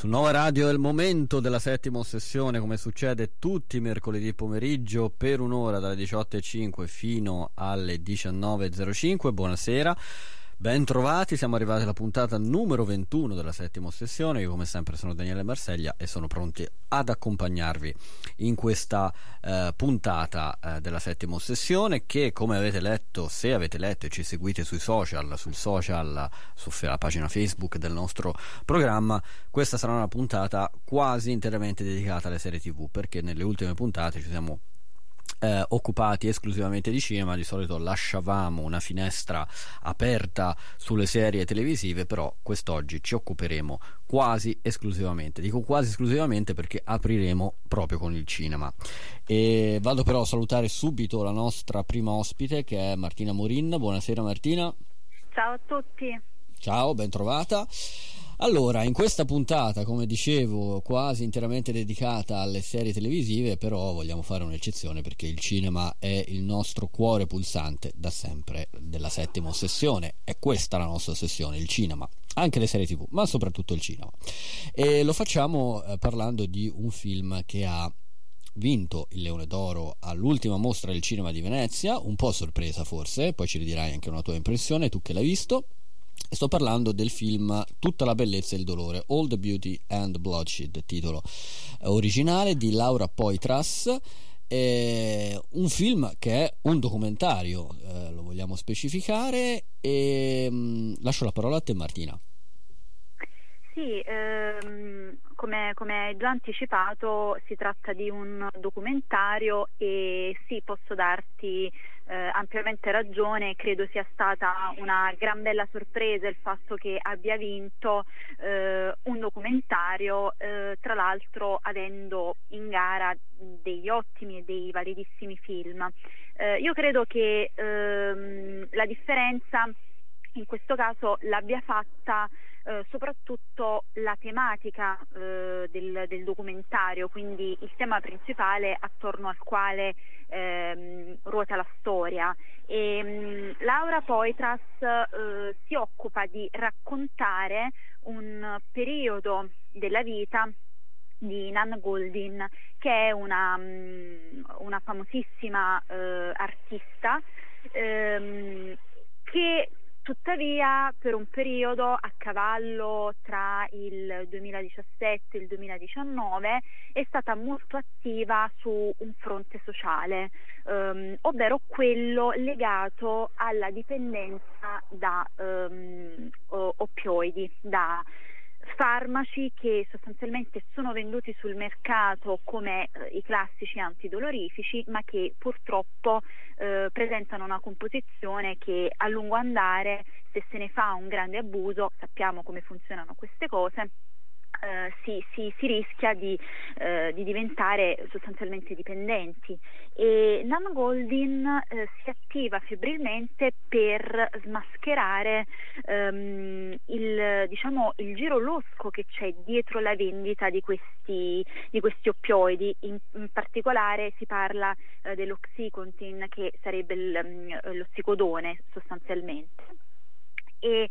Su Nova Radio è il momento della settima sessione, come succede tutti i mercoledì pomeriggio, per un'ora dalle 18:05 fino alle 19:05. Buonasera, ben trovati, siamo arrivati alla puntata numero 21 della settima sessione. Io come sempre sono Daniele Marseglia e sono pronti ad accompagnarvi in questa puntata della settima sessione, che, come avete letto, se avete letto e ci seguite sui social, sulla pagina Facebook del nostro programma, questa sarà una puntata quasi interamente dedicata alle serie TV, perché nelle ultime puntate ci siamo occupati esclusivamente di cinema. Di solito lasciavamo una finestra aperta sulle serie televisive, però quest'oggi ci occuperemo quasi esclusivamente, dico quasi esclusivamente perché apriremo proprio con il cinema. E vado però a salutare subito la nostra prima ospite, che è Martina Morin. Buonasera Martina. Ciao a tutti. Ciao, ben trovata. Allora, in questa puntata, come dicevo, quasi interamente dedicata alle serie televisive, però vogliamo fare un'eccezione perché il cinema è il nostro cuore pulsante da sempre della settima sessione. È questa la nostra sessione, il cinema, anche le serie TV, ma soprattutto il cinema. E lo facciamo parlando di un film che ha vinto il Leone d'Oro all'ultima mostra del cinema di Venezia, un po' a sorpresa forse, poi ci ridirai anche una tua impressione, tu che l'hai visto. Sto parlando del film Tutta la bellezza e il dolore, All the Beauty and the Bloodshed, titolo originale, di Laura Poitras. Un film che è un documentario, lo vogliamo specificare, e lascio la parola a te Martina. Sì, come hai già anticipato, si tratta di un documentario e sì, posso darti ampiamente ragione. Credo sia stata una gran bella sorpresa il fatto che abbia vinto un documentario, tra l'altro avendo in gara degli ottimi e dei validissimi film. Io credo che la differenza in questo caso l'abbia fatta soprattutto la tematica del documentario, quindi il tema principale attorno al quale ruota la storia. Laura Poitras si occupa di raccontare un periodo della vita di Nan Goldin, che è una famosissima artista che tuttavia per un periodo a cavallo tra il 2017 e il 2019 è stata molto attiva su un fronte sociale, ovvero quello legato alla dipendenza da oppioidi, da farmaci che sostanzialmente sono venduti sul mercato come i classici antidolorifici, ma che purtroppo presentano una composizione che a lungo andare, se se ne fa un grande abuso, sappiamo come funzionano queste cose, si rischia di diventare sostanzialmente dipendenti. E Nan Goldin si attiva febbrilmente per smascherare il giro losco che c'è dietro la vendita di questi oppioidi. In particolare si parla dell'Oxycontin, che sarebbe l'ossicodone sostanzialmente. E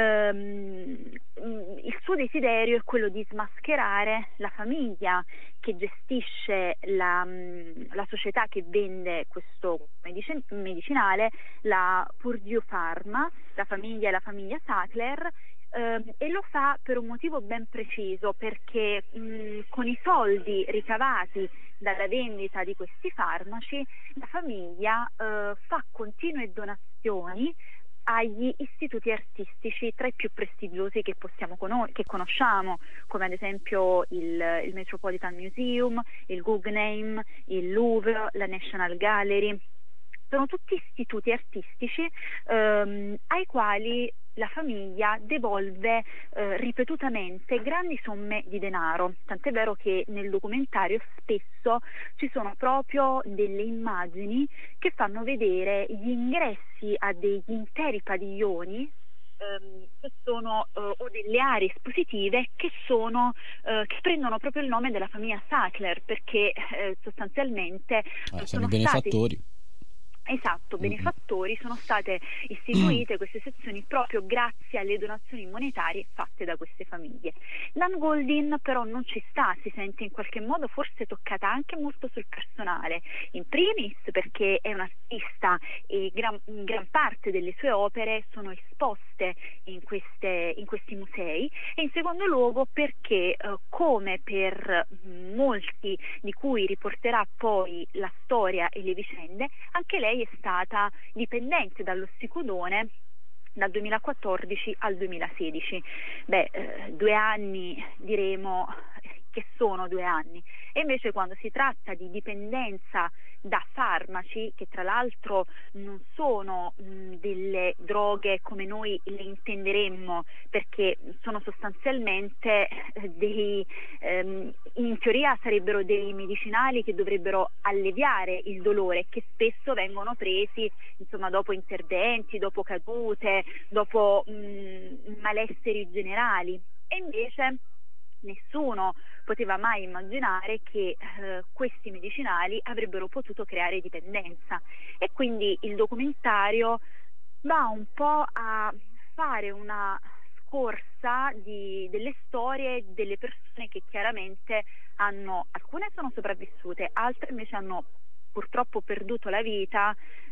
il suo desiderio è quello di smascherare la famiglia che gestisce la società che vende questo medicinale, la Purdue Pharma. La famiglia è la famiglia Sackler, e lo fa per un motivo ben preciso, perché con i soldi ricavati dalla vendita di questi farmaci la famiglia fa continue donazioni agli istituti artistici tra i più prestigiosi che conosciamo, come ad esempio il Metropolitan Museum, il Guggenheim, il Louvre, la National Gallery. Sono tutti istituti artistici ai quali la famiglia devolve ripetutamente grandi somme di denaro, tant'è vero che nel documentario spesso ci sono proprio delle immagini che fanno vedere gli ingressi a degli interi padiglioni che sono o delle aree espositive che prendono proprio il nome della famiglia Sackler, perché sostanzialmente sono i benefattori. Esatto, benefattori, sono state istituite queste sezioni proprio grazie alle donazioni monetarie fatte da queste famiglie. Nan Goldin però non ci sta, si sente in qualche modo forse toccata anche molto sul personale, in primis perché è un'artista e in gran parte delle sue opere sono esposte in questi musei, e in secondo luogo perché come per molti di cui riporterà poi la storia e le vicende, anche lei è stata dipendente dall'ossicodone dal 2014 al 2016. 2 anni diremo che sono 2 anni, e invece quando si tratta di dipendenza da farmaci, che tra l'altro non sono delle droghe come noi le intenderemmo, perché sono sostanzialmente in teoria sarebbero dei medicinali che dovrebbero alleviare il dolore, che spesso vengono presi dopo interventi, dopo cadute, dopo malesseri generali, e invece nessuno poteva mai immaginare che questi medicinali avrebbero potuto creare dipendenza, e quindi il documentario va un po' a fare una scorsa delle storie delle persone che chiaramente alcune sono sopravvissute, altre invece hanno purtroppo perduto la vita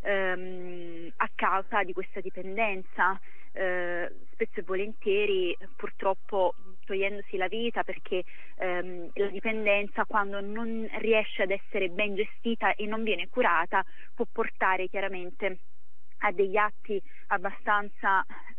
a causa di questa dipendenza, spesso e volentieri purtroppo togliendosi la vita, perché la dipendenza, quando non riesce ad essere ben gestita e non viene curata, può portare chiaramente a degli atti abbastanza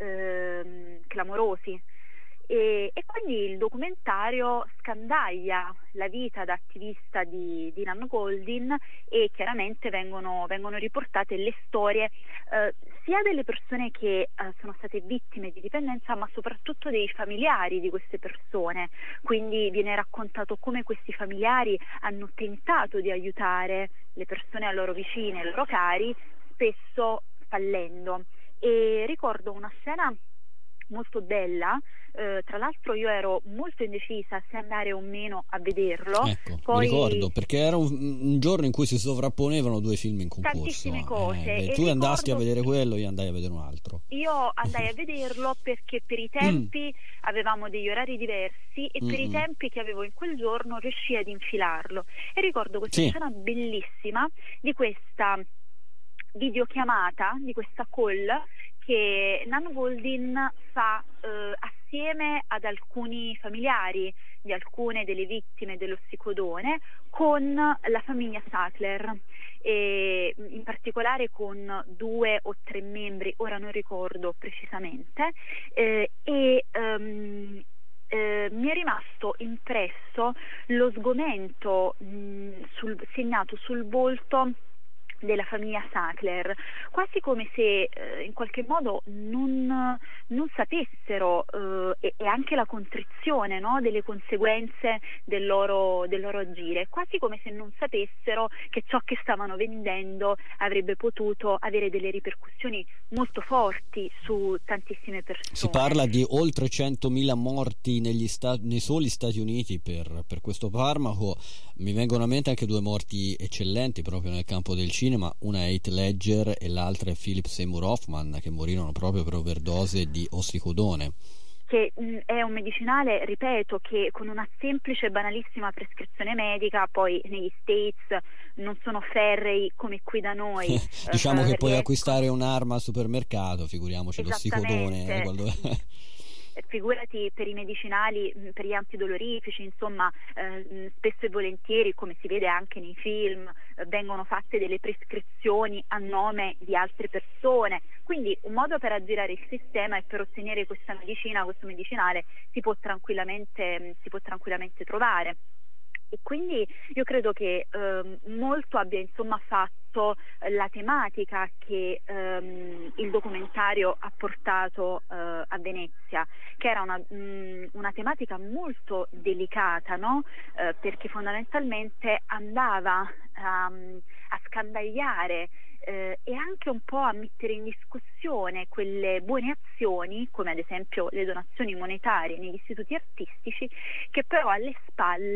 clamorosi. E quindi il documentario scandaglia la vita da attivista di Nan Goldin, e chiaramente vengono riportate le storie sia delle persone che sono state vittime di dipendenza, ma soprattutto dei familiari di queste persone. Quindi viene raccontato come questi familiari hanno tentato di aiutare le persone a loro vicine, ai loro cari, spesso fallendo. E ricordo una scena molto bella, tra l'altro io ero molto indecisa se andare o meno a vederlo. Ecco, poi mi ricordo, perché era un giorno in cui si sovrapponevano 2 film in concorso. Tantissime cose. Tu andasti a vedere quello, io andai a vedere un altro. Io andai a vederlo perché per i tempi avevamo degli orari diversi, e per i tempi che avevo in quel giorno riuscii ad infilarlo. E ricordo questa scena bellissima di questa videochiamata, di questa call che Nan Goldin fa assieme ad alcuni familiari di alcune delle vittime dell'ossicodone con la famiglia Sackler, e in particolare con 2 o 3 membri, ora non ricordo precisamente, mi è rimasto impresso lo sgomento segnato sul volto della famiglia Sackler, quasi come se in qualche modo non sapessero, e anche la contrizione, no, delle conseguenze del loro agire, quasi come se non sapessero che ciò che stavano vendendo avrebbe potuto avere delle ripercussioni molto forti su tantissime persone. Si parla di oltre 100.000 morti nei soli Stati Uniti per questo farmaco. Mi vengono a mente anche 2 morti eccellenti proprio nel campo del cinema, una è Heath Ledger e l'altra è Philip Seymour Hoffman, che morirono proprio per overdose di ossicodone, che è un medicinale, ripeto, che con una semplice e banalissima prescrizione medica, poi negli States non sono ferrei come qui da noi. Diciamo che puoi acquistare un'arma al supermercato, figuriamoci l'ossicodone quando... Figurati per i medicinali, per gli antidolorifici, insomma, spesso e volentieri, come si vede anche nei film, vengono fatte delle prescrizioni a nome di altre persone. Quindi un modo per aggirare il sistema e per ottenere questa medicina, questo medicinale, si può tranquillamente trovare. E quindi io credo che molto abbia fatto la tematica che il documentario ha portato a Venezia, che era una tematica molto delicata, no? Perché fondamentalmente andava a scandagliare e anche un po' a mettere in discussione quelle buone azioni, come ad esempio le donazioni monetarie negli istituti artistici, che però alle spalle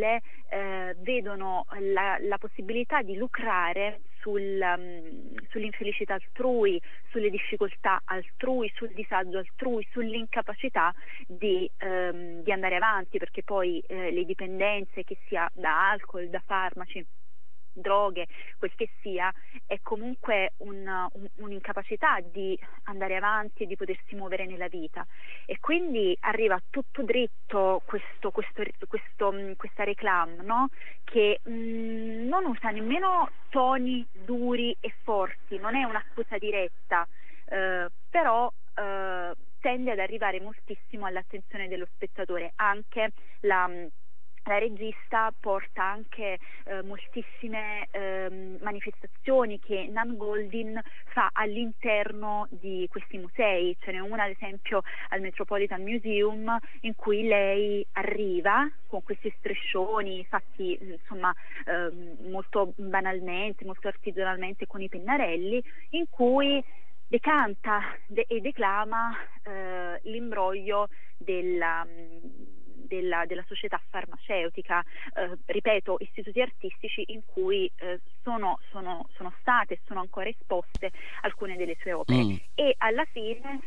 vedono la possibilità di lucrare sull'infelicità altrui, sulle difficoltà altrui, sul disagio altrui, sull'incapacità di andare avanti, perché poi le dipendenze, che sia da alcol, da farmaci, droghe, quel che sia, è comunque un'incapacità di andare avanti e di potersi muovere nella vita, e quindi arriva tutto dritto questa reclame, no? Che non usa nemmeno toni duri e forti, non è un'accusa diretta, però tende ad arrivare moltissimo all'attenzione dello spettatore. Anche la regista porta anche moltissime manifestazioni che Nan Goldin fa all'interno di questi musei. Ce n'è una ad esempio al Metropolitan Museum, in cui lei arriva con questi striscioni fatti insomma molto banalmente, molto artigianalmente, con i pennarelli, in cui decanta e declama l'imbroglio della società farmaceutica, ripeto, istituti artistici in cui sono state e sono ancora esposte alcune delle sue opere. E alla fine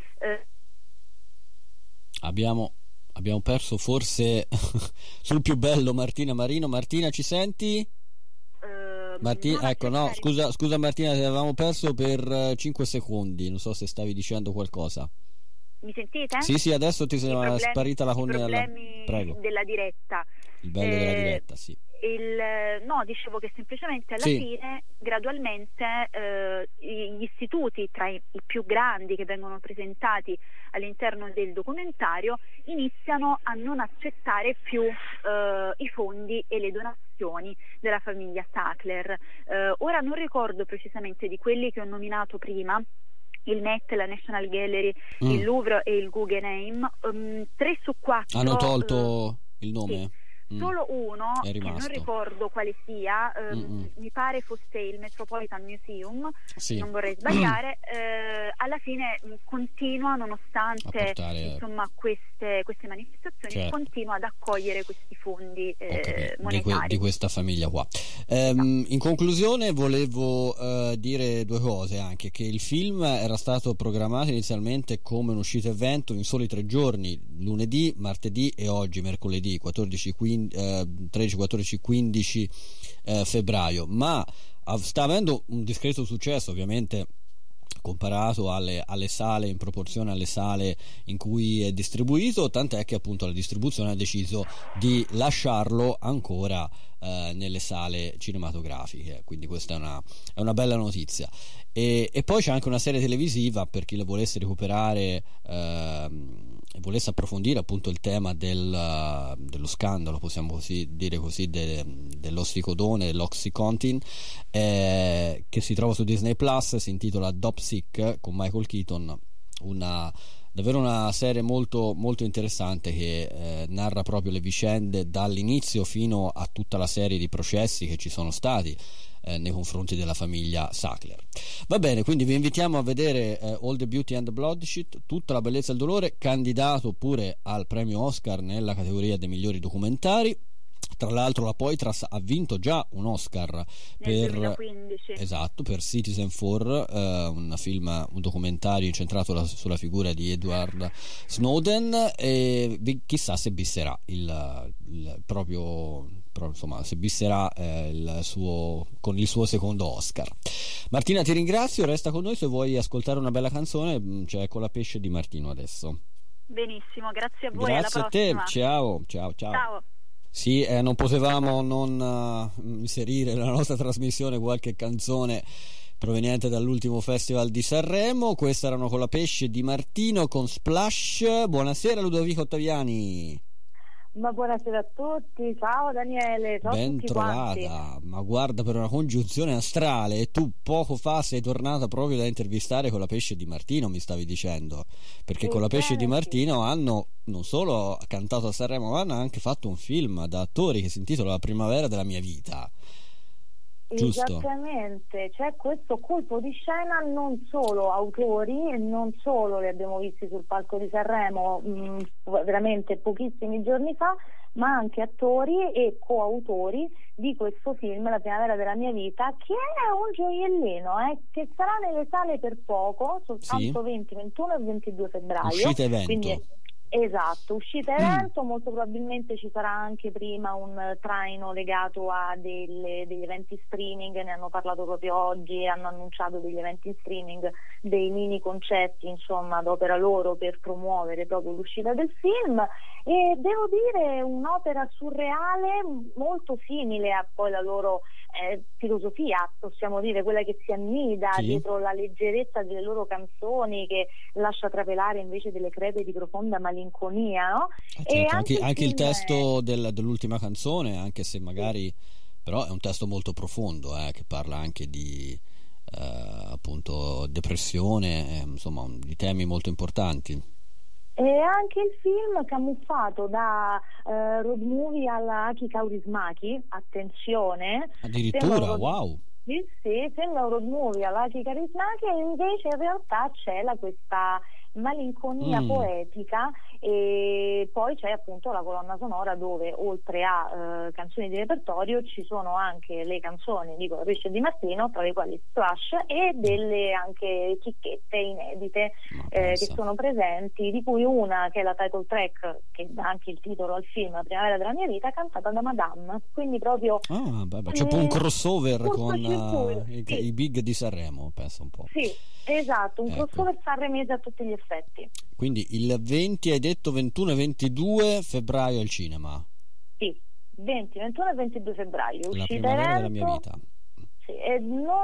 abbiamo perso forse sul più bello Martina Marino. Martina, ci senti? Martina, ecco, no, scusa Martina, ti avevamo perso per 5 secondi, non so se stavi dicendo qualcosa. Mi sentite? Sì, adesso ti sei sparita la connessione. Prego. Della diretta. Il bello della diretta, sì. No, dicevo che semplicemente alla fine, gradualmente, gli istituti, tra i più grandi che vengono presentati all'interno del documentario, iniziano a non accettare più i fondi e le donazioni della famiglia Sackler. Ora non ricordo precisamente di quelli che ho nominato prima, il Met, la National Gallery, il Louvre e il Guggenheim, 3 su 4 hanno tolto il nome. Sì. Solo uno, che non ricordo quale sia, mi pare fosse il Metropolitan Museum, non vorrei sbagliare, alla fine continua, nonostante insomma queste manifestazioni, continua ad accogliere questi fondi monetari di questa famiglia qua. In conclusione volevo dire 2 cose, anche che il film era stato programmato inizialmente come un'uscita evento in soli 3 giorni, lunedì, martedì e oggi mercoledì 13, 14, 15 febbraio, ma sta avendo un discreto successo, ovviamente comparato alle sale, in proporzione alle sale in cui è distribuito, tant'è che appunto la distribuzione ha deciso di lasciarlo ancora nelle sale cinematografiche, quindi questa è una bella notizia. E poi c'è anche una serie televisiva per chi la volesse recuperare e volesse approfondire appunto il tema dello scandalo, possiamo così dire così, dell'ossicodone, dell'Oxycontin, che si trova su Disney Plus. Si intitola Dopesick con Michael Keaton, davvero una serie molto, molto interessante che narra proprio le vicende dall'inizio fino a tutta la serie di processi che ci sono stati nei confronti della famiglia Sackler. Va bene, quindi vi invitiamo a vedere All the Beauty and the Bloodshed, Tutta la bellezza e il dolore, candidato pure al premio Oscar nella categoria dei migliori documentari. Tra l'altro la Poitras ha vinto già un Oscar nel 2015. Esatto, per Citizenfour, un documentario incentrato sulla figura di Edward Snowden, e chissà se bisserà se bisserà con il suo secondo Oscar. Martina, ti ringrazio, resta con noi se vuoi ascoltare una bella canzone, c'è Con la pesce di Martino adesso. Benissimo, grazie a voi. Grazie alla a te, prossima. ciao. Sì, non potevamo non inserire nella nostra trasmissione qualche canzone proveniente dall'ultimo Festival di Sanremo. Queste erano Con la pesce di Martino con Splash. Buonasera Ludovico Ottaviani. Ma buonasera a tutti, ciao Daniele, ciao ben tutti trovata quanti. Ma guarda, per una congiunzione astrale, e tu poco fa sei tornata proprio da intervistare Con la pesce di Martino, mi stavi dicendo, perché Con la pesce di Martino hanno non solo cantato a Sanremo, ma hanno anche fatto un film da attori che si intitola La primavera della mia vita. Giusto? Esattamente, c'è questo colpo di scena, non solo autori, non solo li abbiamo visti sul palco di Sanremo veramente pochissimi giorni fa, ma anche attori e coautori di questo film La primavera della mia vita, che è un gioiellino, che sarà nelle sale per poco, soltanto 20, 21 e 22 febbraio. Uscita evento. Quindi esatto, uscita evento, molto probabilmente ci sarà anche prima un traino legato a degli eventi streaming, ne hanno parlato proprio oggi, hanno annunciato degli eventi in streaming, dei mini concerti insomma ad opera loro per promuovere proprio l'uscita del film, e devo dire un'opera surreale molto simile a poi la loro filosofia, possiamo dire, quella che si annida dietro la leggerezza delle loro canzoni, che lascia trapelare invece delle crepe di profonda malinconia, no? Certo, anche il testo dell'ultima canzone, anche se magari però è un testo molto profondo, che parla anche di appunto depressione, insomma di temi molto importanti. E anche il film camuffato da road movie alla Aki Kaurismäki, attenzione, addirittura, wow. Sì, sembra un road movie alla Aki Kaurismäki, e invece in realtà c'è questa malinconia poetica, e poi c'è appunto la colonna sonora dove oltre a canzoni di repertorio ci sono anche le canzoni di Richard Di Martino, tra le quali Splash, e delle anche chicchette inedite che sono presenti, di cui una che è la title track che dà anche il titolo al film La primavera della mia vita, cantata da Madame, quindi proprio c'è un po' un crossover con i big di Sanremo, penso un po'. Sì, esatto, un crossover sanremese a tutti gli effetti. Quindi il 20, hai detto 21 e 22 febbraio al cinema. Sì, 20, 21 e 22 febbraio. La primavera della mia vita. Sì, e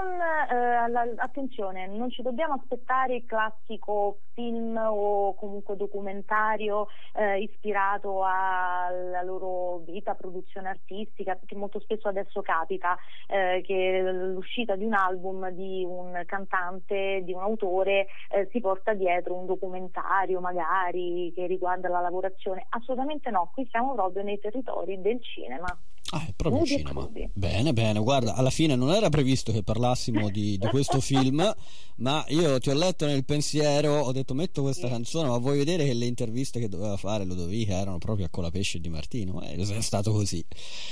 attenzione, non ci dobbiamo aspettare il classico film o comunque documentario ispirato alla loro vita, produzione artistica, perché molto spesso adesso capita che l'uscita di un album di un cantante, di un autore, si porta dietro un documentario magari che riguarda la lavorazione. Assolutamente no, qui siamo proprio nei territori del cinema. È proprio cinema. Bene, guarda, alla fine non era previsto che parlassimo di questo film, ma io ti ho letto nel pensiero, ho detto metto questa canzone, ma vuoi vedere che le interviste che doveva fare Ludovica erano proprio a Colapesce e Di Martino, ed è stato così.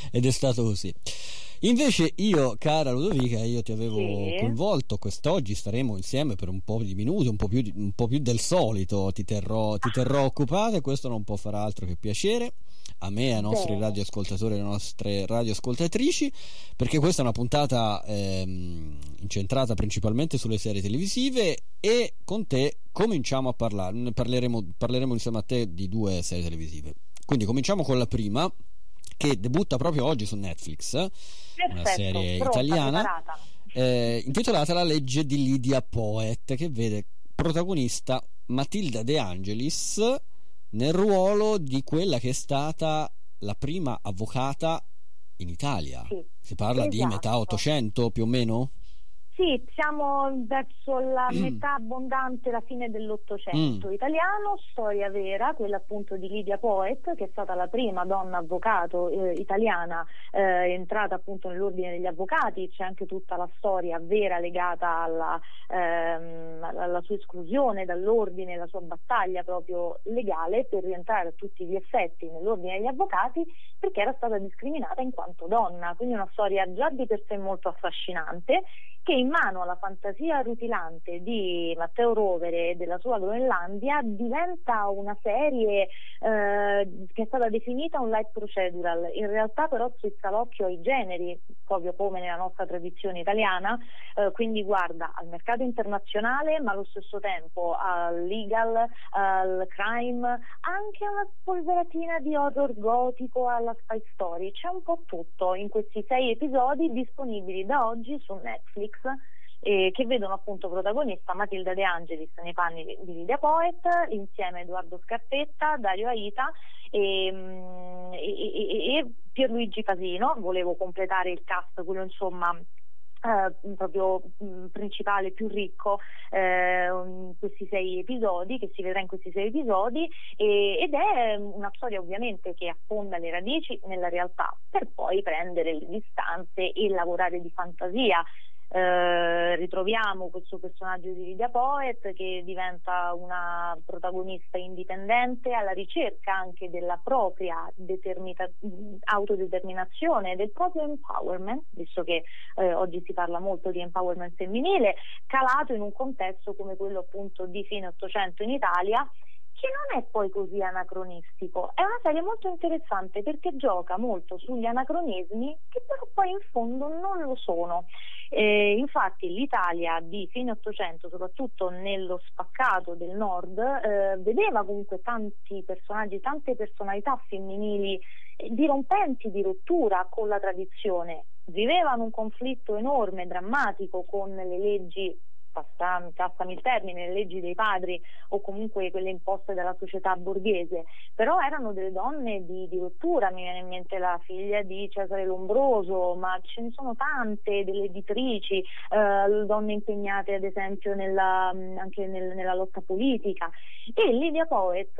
Invece io, cara Ludovica, io ti avevo coinvolto quest'oggi, staremo insieme per un po' di minuti, un po' più del solito, ti terrò occupata, e questo non può far altro che piacere a me e ai nostri radioascoltatori e alle nostre radioascoltatrici, perché questa è una puntata incentrata principalmente sulle serie televisive, e con te cominciamo a parlare, parleremo insieme a te di 2 serie televisive. Quindi cominciamo con la prima, che debutta proprio oggi su Netflix. Perfetto, una serie italiana intitolata La legge di Lydia Poet, che vede protagonista Matilda De Angelis nel ruolo di quella che è stata la prima avvocata in Italia. Si parla di metà Ottocento più o meno? Sì, siamo verso la metà abbondante, la fine dell'Ottocento italiano, storia vera, quella appunto di Lydia Poet, che è stata la prima donna avvocato italiana entrata appunto nell'ordine degli avvocati. C'è anche tutta la storia vera legata alla sua esclusione dall'ordine, la sua battaglia proprio legale per rientrare a tutti gli effetti nell'ordine degli avvocati, perché era stata discriminata in quanto donna. Quindi una storia già di per sé molto affascinante, che in mano alla fantasia rutilante di Matteo Rovere e della sua Groenlandia diventa una serie che è stata definita un light procedural. In realtà però strizza l'occhio ai generi, proprio come nella nostra tradizione italiana, quindi guarda al mercato internazionale, ma allo stesso tempo al legal, al crime, anche una spolveratina di horror gotico alla spy story. C'è un po' tutto in questi 6 episodi disponibili da oggi su Netflix, che vedono appunto protagonista Matilda De Angelis nei panni di Lydia Poet, insieme a Edoardo Scarpetta, Dario Aita e Pierluigi Fasino. Volevo completare il cast, quello insomma proprio principale, più ricco, questi 6 episodi, che si vedrà in questi 6 episodi, ed è una storia ovviamente che affonda le radici nella realtà per poi prendere le distanze e lavorare di fantasia. Ritroviamo questo personaggio di Lydia Poet che diventa una protagonista indipendente alla ricerca anche della propria autodeterminazione, del proprio empowerment, visto che oggi si parla molto di empowerment femminile, calato in un contesto come quello appunto di fine Ottocento in Italia, che non è poi così anacronistico. È una serie molto interessante perché gioca molto sugli anacronismi che però poi in fondo non lo sono. Infatti l'Italia di fine Ottocento, soprattutto nello spaccato del nord, vedeva comunque tanti personaggi, tante personalità femminili dirompenti, di rottura con la tradizione. Vivevano un conflitto enorme, drammatico con le leggi, passami il termine, le leggi dei padri o comunque quelle imposte dalla società borghese, però erano delle donne di rottura. Mi viene in mente la figlia di Cesare Lombroso, ma ce ne sono tante, delle editrici, donne impegnate ad esempio anche nella lotta politica, e Lydia Poet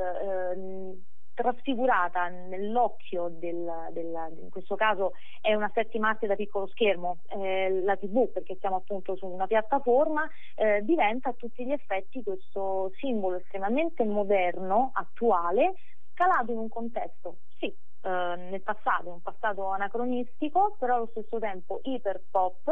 trasfigurata nell'occhio in questo caso è una settima arte da piccolo schermo, la TV, perché siamo appunto su una piattaforma, diventa a tutti gli effetti questo simbolo estremamente moderno, attuale, calato in un contesto, sì, nel passato, un passato anacronistico, però allo stesso tempo iperpop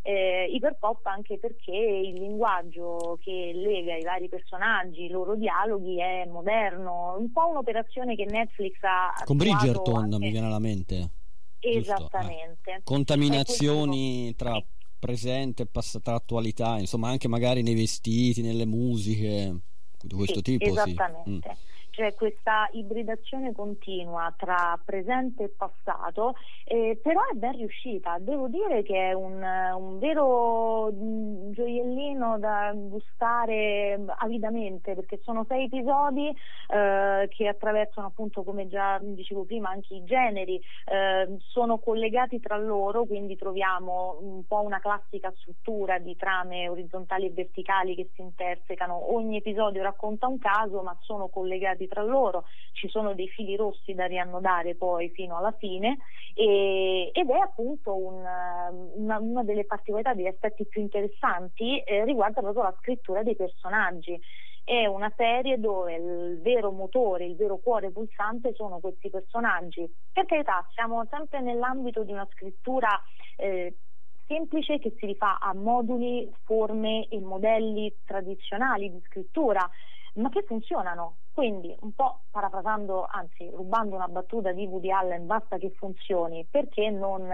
anche perché il linguaggio che lega i vari personaggi, i loro dialoghi è moderno, un po' un'operazione che Netflix ha con Bridgerton anche... mi viene alla mente. Esattamente. Contaminazioni tra presente e passata attualità, insomma anche magari nei vestiti, nelle musiche di questo tipo. Esattamente. Sì. C'è questa ibridazione continua tra presente e passato, però è ben riuscita. Devo dire che è un vero gioiellino da gustare avidamente, perché sono 6 episodi che attraversano appunto, come già dicevo prima, anche i generi, sono collegati tra loro, quindi troviamo un po' una classica struttura di trame orizzontali e verticali che si intersecano. Ogni episodio racconta un caso, ma sono collegati tra loro, ci sono dei fili rossi da riannodare poi fino alla fine, ed è appunto una delle particolarità, degli aspetti più interessanti, riguarda proprio la scrittura dei personaggi. È una serie dove il vero motore, il vero cuore pulsante sono questi personaggi. Per carità, siamo sempre nell'ambito di una scrittura semplice che si rifà a moduli, forme e modelli tradizionali di scrittura, ma che funzionano. Quindi, un po' parafrasando, anzi rubando una battuta di Woody Allen, basta che funzioni, perché non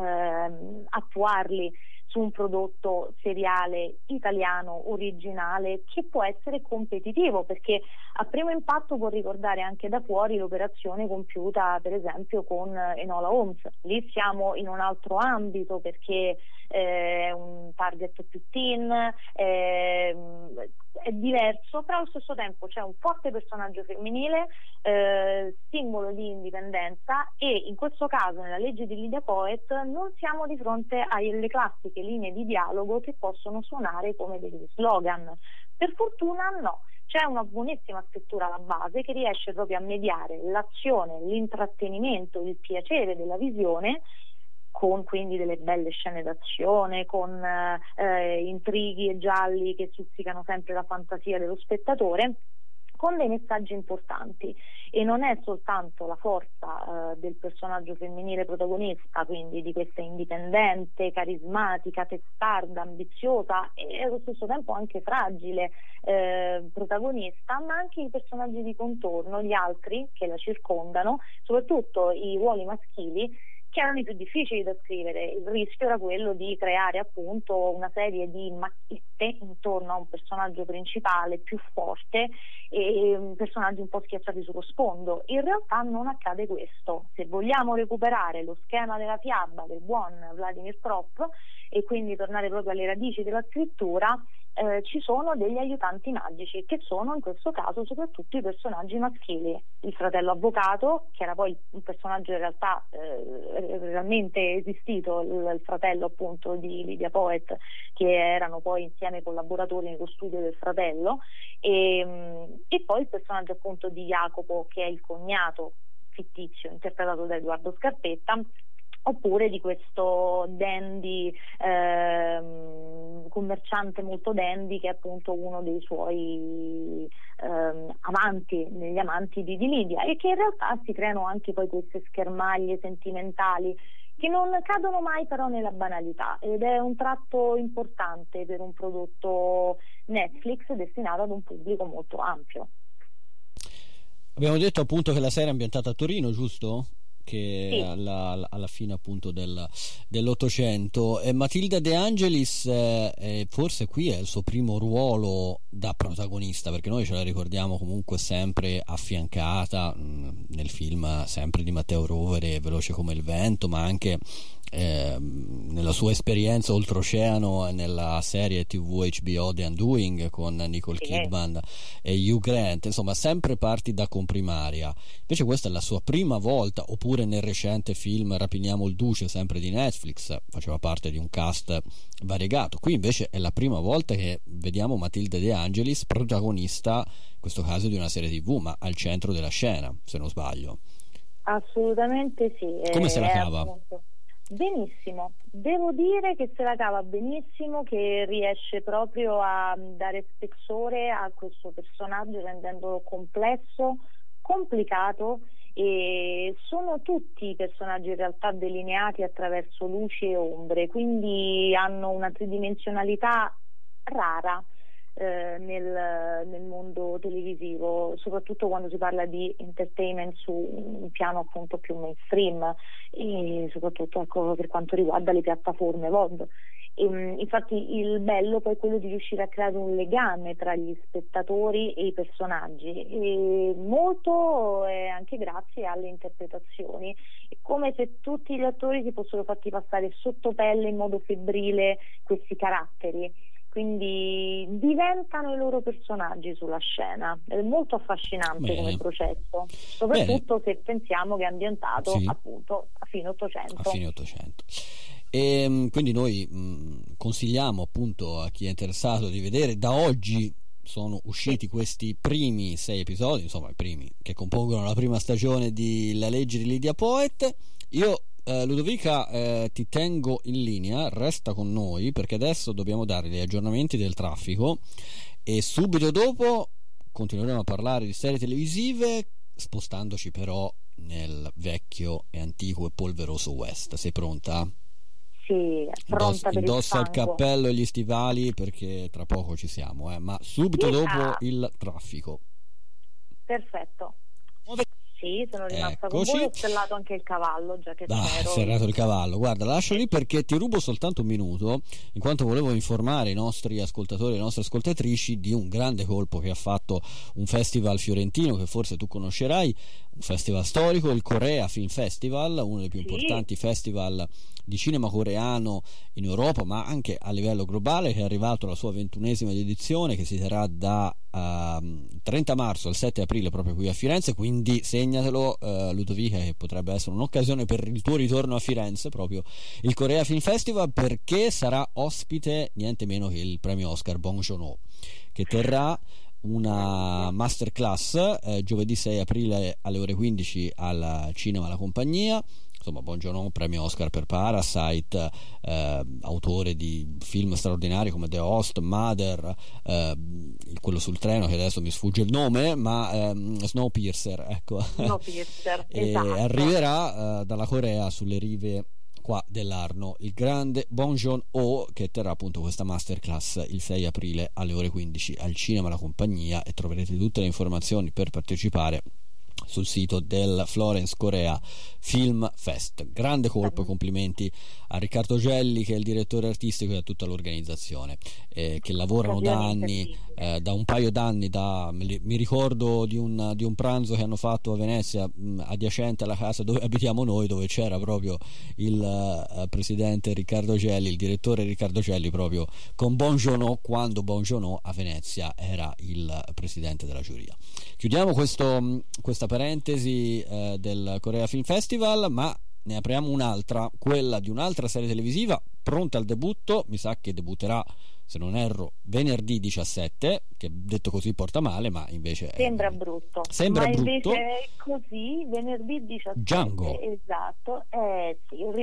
attuarli su un prodotto seriale italiano, originale, che può essere competitivo, perché a primo impatto può ricordare anche da fuori l'operazione compiuta per esempio con Enola Holmes. Lì siamo in un altro ambito, perché è un target più teen, è diverso, però allo stesso tempo c'è un forte personaggio femminile, simbolo di indipendenza, e in questo caso nella legge di Lydia Poet non siamo di fronte alle classiche linee di dialogo che possono suonare come degli slogan. Per fortuna no, c'è una buonissima scrittura alla base che riesce proprio a mediare l'azione, l'intrattenimento, il piacere della visione, con quindi delle belle scene d'azione, con intrighi e gialli che stuzzicano sempre la fantasia dello spettatore, con dei messaggi importanti. E non è soltanto la forza del personaggio femminile protagonista, quindi di questa indipendente, carismatica, testarda, ambiziosa e allo stesso tempo anche fragile protagonista, ma anche i personaggi di contorno, gli altri che la circondano, soprattutto i ruoli maschili, che erano i più difficili da scrivere. Il rischio era quello di creare appunto una serie di macchiette intorno a un personaggio principale più forte e personaggi un po' schiacciati sullo sfondo. In realtà non accade questo. Se vogliamo recuperare lo schema della fiaba del buon Vladimir Prop e quindi tornare proprio alle radici della scrittura, ci sono degli aiutanti magici, che sono in questo caso soprattutto i personaggi maschili. Il fratello avvocato, che era poi un personaggio in realtà realmente esistito, il fratello appunto di Lydia Poet, che erano poi insieme collaboratori nello studio del fratello, e poi il personaggio appunto di Jacopo, che è il cognato fittizio interpretato da Edoardo Scarpetta, oppure di questo dandy, commerciante molto dandy, che è appunto uno dei suoi negli amanti di Lidia, e che in realtà si creano anche poi queste schermaglie sentimentali che non cadono mai però nella banalità, ed è un tratto importante per un prodotto Netflix destinato ad un pubblico molto ampio. Abbiamo detto appunto che la serie è ambientata a Torino, giusto? Che Sì. alla fine appunto dell'Ottocento, e Matilda De Angelis forse qui è il suo primo ruolo da protagonista, perché noi ce la ricordiamo comunque sempre affiancata nel film sempre di Matteo Rovere, Veloce come il vento, ma anche nella sua esperienza oltreoceano nella serie TV HBO The Undoing con Nicole Kidman e Hugh Grant, insomma sempre parti da comprimaria. Invece questa è la sua prima volta, oppure nel recente film Rapiniamo il Duce, sempre di Netflix, faceva parte di un cast variegato. Qui invece è la prima volta che vediamo Matilda De Angelis protagonista, in questo caso di una serie TV, ma al centro della scena, se non sbaglio. Assolutamente sì. Come se la cava? Appunto. Benissimo, devo dire che se la cava benissimo, che riesce proprio a dare spessore a questo personaggio rendendolo complesso, complicato, e sono tutti personaggi in realtà delineati attraverso luci e ombre, quindi hanno una tridimensionalità rara nel mondo televisivo, soprattutto quando si parla di entertainment su un piano appunto più mainstream, e soprattutto ecco, per quanto riguarda le piattaforme VOD. Infatti il bello poi è quello di riuscire a creare un legame tra gli spettatori e i personaggi, e molto è anche grazie alle interpretazioni. È come se tutti gli attori si fossero fatti passare sotto pelle in modo febbrile questi caratteri, quindi diventano i loro personaggi sulla scena. È molto affascinante come processo, soprattutto se pensiamo che è ambientato appunto a fine Ottocento. E quindi noi consigliamo appunto a chi è interessato di vedere. Da oggi sono usciti questi primi 6 episodi, insomma i primi che compongono la prima stagione di La legge di Lydia Poet. Io Ludovica ti tengo in linea, resta con noi perché adesso dobbiamo dare gli aggiornamenti del traffico e subito dopo continueremo a parlare di serie televisive, spostandoci però nel vecchio e antico e polveroso West. Sei pronta? Sì, pronta per indossa il cappello e gli stivali perché tra poco ci siamo, ma subito dopo il traffico. Perfetto. Sì, sono rimasta con voi, ho stellato anche il cavallo, già che c'ero. Serrato il cavallo. Guarda, lascio lì perché ti rubo soltanto un minuto, in quanto volevo informare i nostri ascoltatori e le nostre ascoltatrici di un grande colpo che ha fatto un festival fiorentino che forse tu conoscerai, un festival storico, il Korea Film Festival, uno dei più importanti festival di cinema coreano in Europa, ma anche a livello globale, che è arrivato alla sua 21esima edizione, che si terrà da 30 marzo al 7 aprile proprio qui a Firenze, quindi segnatelo Ludovica, che potrebbe essere un'occasione per il tuo ritorno a Firenze, proprio il Korea Film Festival, perché sarà ospite niente meno che il premio Oscar Bong Joon-ho, che terrà una masterclass giovedì 6 aprile alle ore 15 al Cinema La Compagnia. Insomma, Bong Joon-ho, premio Oscar per Parasite, autore di film straordinari come The Host, Mother, quello sul treno che adesso mi sfugge il nome, ma Snowpiercer, ecco. Snowpiercer, e esatto. Arriverà dalla Corea sulle rive qua dell'Arno il grande Bong Joon-ho, che terrà appunto questa masterclass il 6 aprile alle ore 15 al Cinema La Compagnia, e troverete tutte le informazioni per partecipare sul sito del Florence Korea Film Fest. Grande colpo, complimenti a Riccardo Gelli, che è il direttore artistico, e a tutta l'organizzazione che lavorano da anni, da un paio d'anni. Mi ricordo di un pranzo che hanno fatto a Venezia, adiacente alla casa dove abitiamo noi, dove c'era proprio il presidente Riccardo Gelli, il direttore Riccardo Gelli, proprio con Bong Joon-ho, quando Bong Joon-ho a Venezia era il presidente della giuria. Chiudiamo questa parentesi del Korea Film Festival, ma ne apriamo un'altra, quella di un'altra serie televisiva pronta al debutto. Mi sa che debutterà, se non erro, venerdì 17, che detto così porta male, ma invece sembra brutto. Invece è così, venerdì 17. Django. Esatto, sì, un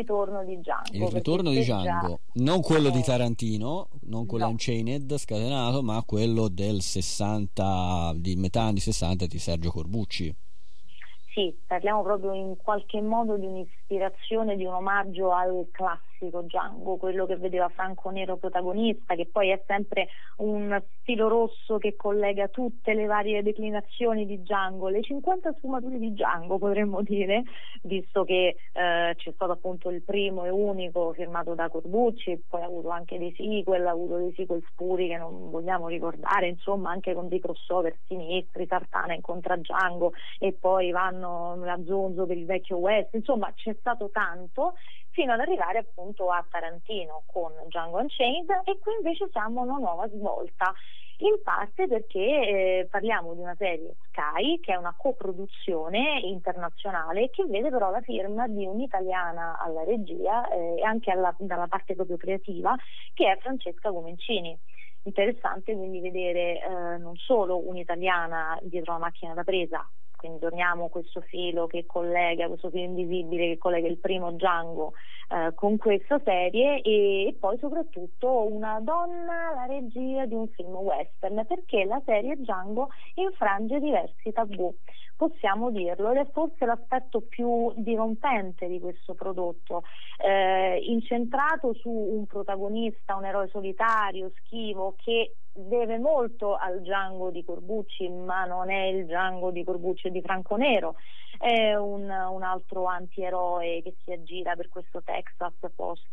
ritorno di Django. Il ritorno di Django, non quello di Tarantino, non quello Unchained scatenato, ma quello del 60, di metà anni 60 di Sergio Corbucci. Sì, parliamo proprio in qualche modo di un'ispirazione, di un omaggio al classico Django, quello che vedeva Franco Nero protagonista, che poi è sempre un filo rosso che collega tutte le varie declinazioni di Django, le 50 sfumature di Django potremmo dire, visto che c'è stato appunto il primo e unico firmato da Corbucci, poi ha avuto anche dei sequel, ha avuto dei sequel spuri che non vogliamo ricordare, insomma anche con dei crossover sinistri, Tartana incontra Django e poi vanno la Zonzo per il vecchio West, insomma c'è stato tanto fino ad arrivare appunto a Tarantino con Django Unchained, e qui invece siamo a una nuova svolta, in parte perché parliamo di una serie Sky che è una coproduzione internazionale che vede però la firma di un'italiana alla regia e anche dalla parte proprio creativa, che è Francesca Comencini. Interessante quindi vedere non solo un'italiana dietro la macchina da presa, quindi torniamo a questo filo che collega, questo filo invisibile che collega il primo Django con questa serie, e poi soprattutto una donna alla regia di un film western, perché la serie Django infrange diversi tabù, possiamo dirlo, ed è forse l'aspetto più dirompente di questo prodotto, incentrato su un protagonista, un eroe solitario, schivo, che deve molto al Django di Corbucci, ma non è il Django di Corbucci e di Franco Nero, è un altro antieroe che si aggira per questo Texas post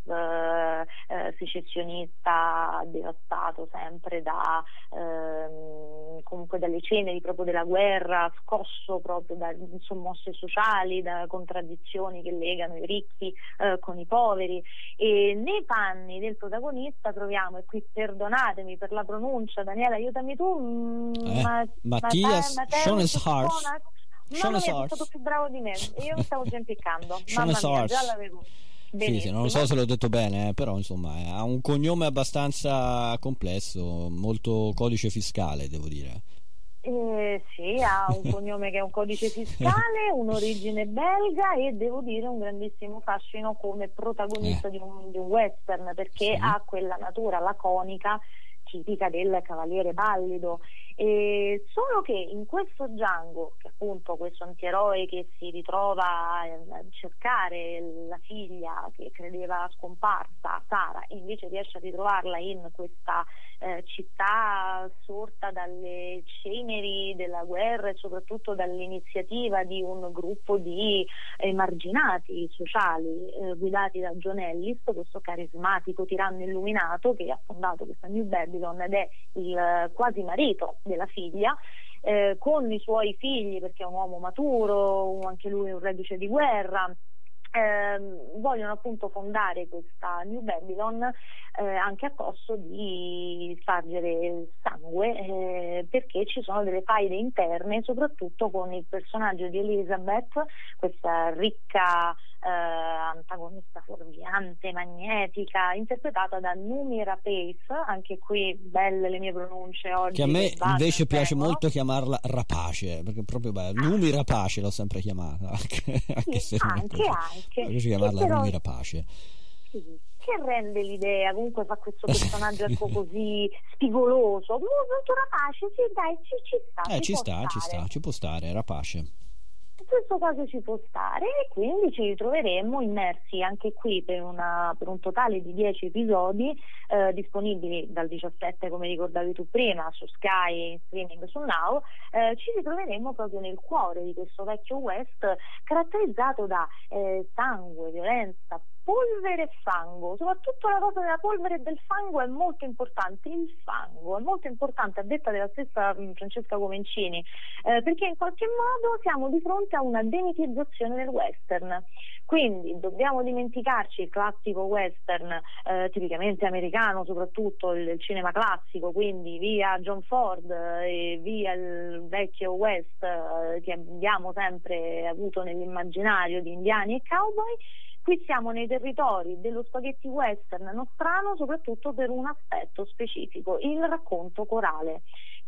secessionista devastato sempre comunque dalle ceneri proprio della guerra, scosso proprio da sommosse sociali, da contraddizioni che legano i ricchi con i poveri, e nei panni del protagonista troviamo, e qui perdonatemi per la pronuncia, Daniela aiutami tu, Mattias Schoeneshardt. Mamma mia, è stato più bravo di me, io mi stavo già impiccando. Mamma mia, già l'avevo. Sì, non lo so se l'ho detto bene, però insomma ha un cognome abbastanza complesso, molto codice fiscale, devo dire. Sì, ha un cognome che è un codice fiscale, un'origine belga e devo dire un grandissimo fascino come protagonista di un western, perché ha quella natura laconica tipica del cavaliere pallido, solo che in questo Django, che appunto questo antieroe che si ritrova a cercare la figlia che credeva scomparsa, Sara, e invece riesce a ritrovarla in questa città sorta dalle ceneri della guerra e soprattutto dall'iniziativa di un gruppo di emarginati sociali guidati da John Ellis, questo carismatico tiranno illuminato che ha fondato questa New Babylon ed è il quasi marito della figlia, con i suoi figli, perché è un uomo maturo, anche lui un reduce di guerra. Vogliono appunto fondare questa New Babylon anche a costo di spargere sangue, perché ci sono delle faide interne, soprattutto con il personaggio di Elizabeth, questa ricca antagonista fuorviante, magnetica, interpretata da Noomi Rapace, anche qui belle le mie pronunce oggi. Che a me invece piace molto chiamarla Rapace, perché proprio Noomi Rapace l'ho sempre chiamata, anche se piace chiamarla Noomi Rapace. Sì, che rende l'idea, comunque fa questo personaggio ecco così spigoloso, molto rapace, sì dai, ci sta, ci può stare, Rapace. In questo caso ci può stare, e quindi ci ritroveremo immersi anche qui per un totale di 10 episodi disponibili dal 17, come ricordavi tu prima, su Sky, in streaming su Now. Ci ritroveremo proprio nel cuore di questo vecchio West, caratterizzato da sangue, violenza, polvere e fango. Soprattutto la cosa della polvere e del fango è molto importante. Il fango è molto importante, a detta della stessa Francesca Comencini, perché in qualche modo siamo di fronte a una demitizzazione del western. Quindi dobbiamo dimenticarci il classico western tipicamente americano, soprattutto il cinema classico, quindi via John Ford e via il vecchio West che abbiamo sempre avuto nell'immaginario di indiani e cowboy. Qui siamo nei territori dello spaghetti western nostrano, soprattutto per un aspetto specifico, il racconto corale,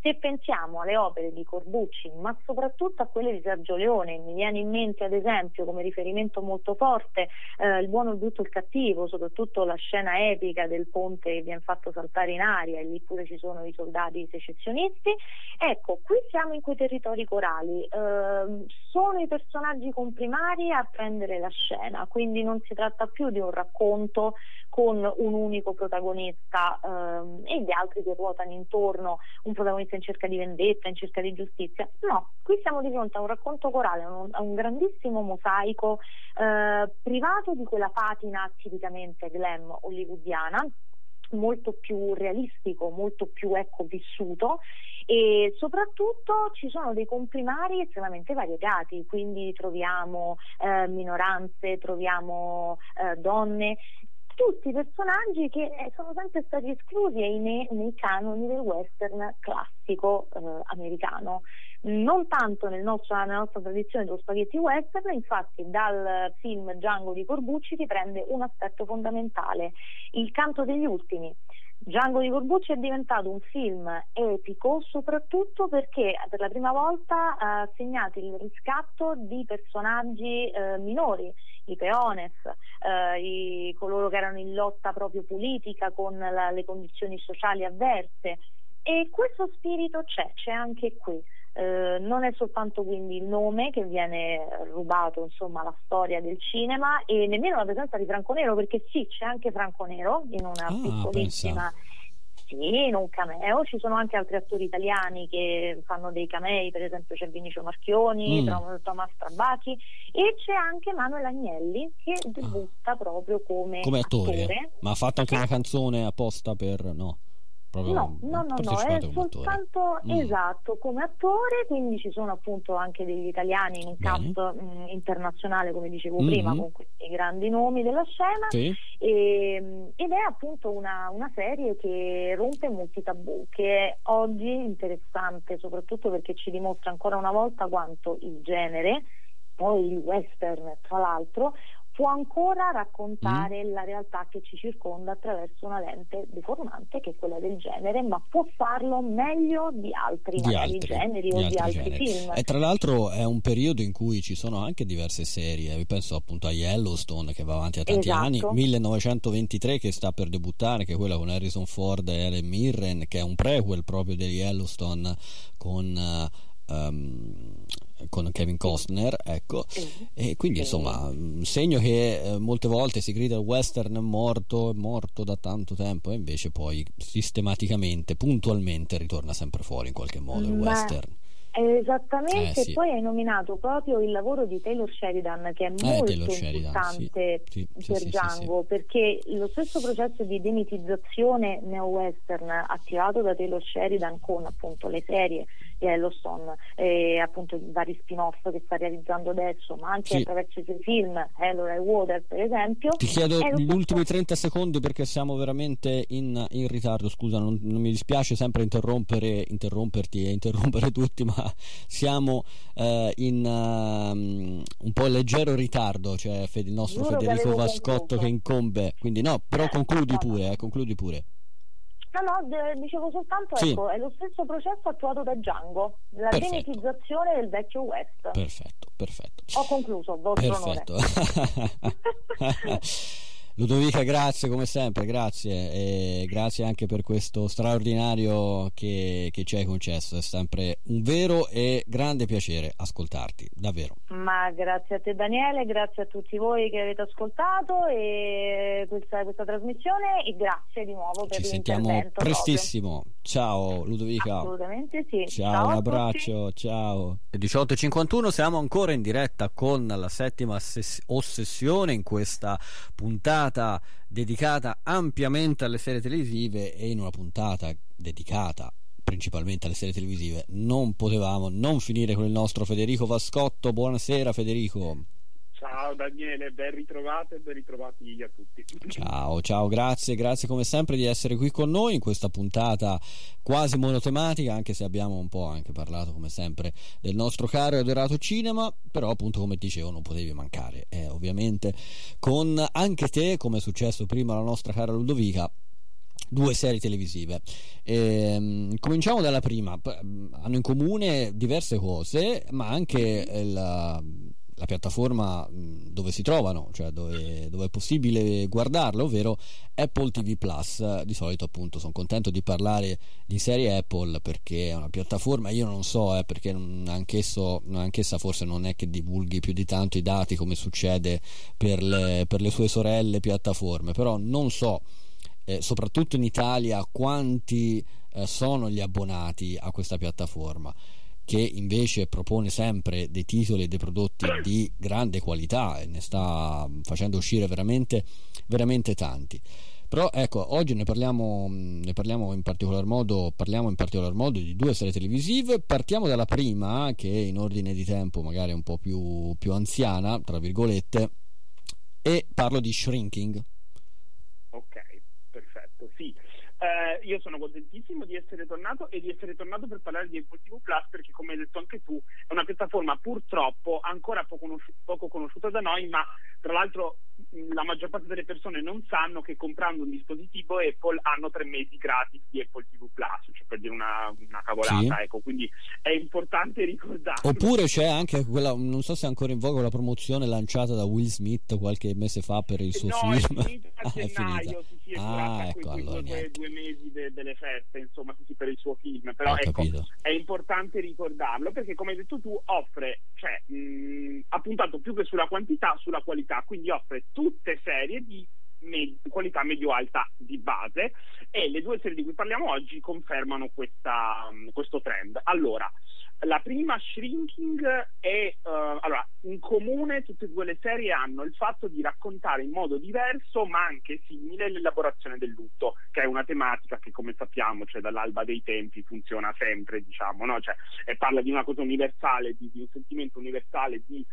Se pensiamo alle opere di Corbucci, ma soprattutto a quelle di Sergio Leone, mi viene in mente ad esempio come riferimento molto forte Il buono, il brutto e il cattivo, soprattutto la scena epica del ponte che viene fatto saltare in aria e lì pure ci sono i soldati secessionisti. Ecco, qui siamo in quei territori corali, sono i personaggi comprimari a prendere la scena, quindi non si tratta più di un racconto con un unico protagonista e gli altri che ruotano intorno, un protagonista in cerca di vendetta, in cerca di giustizia. No, qui siamo di fronte a un racconto corale, a un grandissimo mosaico privato di quella patina tipicamente glam hollywoodiana, molto più realistico, molto più vissuto, e soprattutto ci sono dei comprimari estremamente variegati, quindi troviamo minoranze, troviamo donne, tutti personaggi che sono sempre stati esclusi ahimè nei canoni del western classico americano. Non tanto nella nostra tradizione dello spaghetti western, infatti dal film Django di Corbucci si prende un aspetto fondamentale, il canto degli ultimi. Django di Corbucci è diventato un film epico soprattutto perché per la prima volta ha segnato il riscatto di personaggi minori, i peones, coloro che erano in lotta proprio politica con le condizioni sociali avverse, e questo spirito c'è anche qui. Non è soltanto quindi il nome che viene rubato, insomma, alla storia del cinema, e nemmeno la presenza di Franco Nero, perché sì, c'è anche Franco Nero in una piccolissima, sì, in un cameo. Ci sono anche altri attori italiani che fanno dei camei, per esempio c'è Vinicio Marchioni, Thomas Trabacchi, e c'è anche Manuel Agnelli che debutta proprio come attore. Ma ha fatto anche una canzone apposta per... No, è soltanto esatto come attore, quindi ci sono appunto anche degli italiani in un cast internazionale, come dicevo prima, con questi grandi nomi della scena, sì. Ed è appunto una serie che rompe molti tabù, che è oggi interessante soprattutto perché ci dimostra ancora una volta quanto il genere, poi il western tra l'altro, può ancora raccontare la realtà che ci circonda attraverso una lente deformante che è quella del genere, ma può farlo meglio di altri generi o di altri film. E tra l'altro è un periodo in cui ci sono anche diverse serie, vi penso appunto a Yellowstone che va avanti a tanti anni, 1923 che sta per debuttare, che è quella con Harrison Ford e Helen Mirren, che è un prequel proprio di Yellowstone con Kevin Costner, ecco, e quindi insomma segno che molte volte si grida il western è morto da tanto tempo, e invece poi sistematicamente, puntualmente ritorna sempre fuori in qualche modo il western. Esattamente, sì. Poi hai nominato proprio il lavoro di Taylor Sheridan, che è molto importante per Django, perché lo stesso processo di demitizzazione neo-western attivato da Taylor Sheridan con appunto le serie di Yellowstone e appunto i vari spin-off che sta realizzando adesso, ma anche attraverso i suoi film Hell or High Water per esempio. Ti chiedo gli ultimi 30 secondi perché siamo veramente in ritardo, scusa, non mi dispiace sempre interromperti e interrompere tutti, ma siamo in un po' leggero ritardo, c'è il nostro Federico Vascotto che incombe, quindi però concludi pure. No, dicevo soltanto, ecco, è lo stesso processo attuato da Django, la demitizzazione del vecchio West. Perfetto. Ho concluso, vostro onore. Ludovica, grazie come sempre, grazie, e grazie anche per questo straordinario che ci hai concesso, è sempre un vero e grande piacere ascoltarti, davvero. Ma grazie a te Daniele, grazie a tutti voi che avete ascoltato e questa trasmissione, e grazie di nuovo per l'intervento. Ci sentiamo prestissimo, proprio. Ciao Ludovica. Assolutamente sì. Ciao, un abbraccio, ciao. 18:51, siamo ancora in diretta con la settima ossessione in questa puntata dedicata ampiamente alle serie televisive, e in una puntata dedicata principalmente alle serie televisive non potevamo non finire con il nostro Federico Vascotto. Buonasera Federico. Ciao Daniele, ben ritrovato e ben ritrovati a tutti. Ciao, grazie come sempre di essere qui con noi in questa puntata quasi monotematica, anche se abbiamo un po' anche parlato come sempre del nostro caro e adorato cinema, però appunto come dicevo non potevi mancare, ovviamente con anche te, come è successo prima alla nostra cara Ludovica, due serie televisive. Cominciamo dalla prima. Hanno in comune diverse cose, ma anche la piattaforma dove si trovano, cioè dove è possibile guardarlo, ovvero Apple TV Plus. Di solito appunto sono contento di parlare di serie Apple perché è una piattaforma, io non so perché anch'essa forse non è che divulghi più di tanto i dati come succede per le sue sorelle piattaforme, però non so soprattutto in Italia quanti sono gli abbonati a questa piattaforma, che invece propone sempre dei titoli e dei prodotti di grande qualità e ne sta facendo uscire veramente veramente tanti. Però ecco, oggi parliamo in particolar modo di due serie televisive. Partiamo dalla prima, che in ordine di tempo magari è un po' più anziana, tra virgolette, e parlo di Shrinking. Ok, perfetto, sì. Io sono contentissimo di essere tornato e di essere tornato per parlare di Apple TV Plus, perché come hai detto anche tu è una piattaforma purtroppo ancora poco conosciuta da noi, ma tra l'altro la maggior parte delle persone non sanno che comprando un dispositivo Apple hanno 3 mesi gratis di Apple TV Plus, cioè per dire una cavolata, sì. Ecco, quindi è importante ricordarlo. Oppure c'è anche quella, non so se è ancora in voga, la promozione lanciata da Will Smith qualche mese fa per il suo film. È finita a gennaio, sì, ecco, allora due mesi delle feste, insomma, sì, per il suo film, però ecco, è importante ricordarlo perché come hai detto tu offre, cioè ha puntato più che sulla quantità, sulla qualità, quindi offre tutte serie di qualità medio-alta di base, e le due serie di cui parliamo oggi confermano questo trend. Allora, la prima, Shrinking, è allora, in comune tutte e due le serie hanno il fatto di raccontare in modo diverso ma anche simile l'elaborazione del lutto, che è una tematica che come sappiamo, cioè dall'alba dei tempi funziona sempre, diciamo, no? Cioè, parla di una cosa universale, di un sentimento universale, di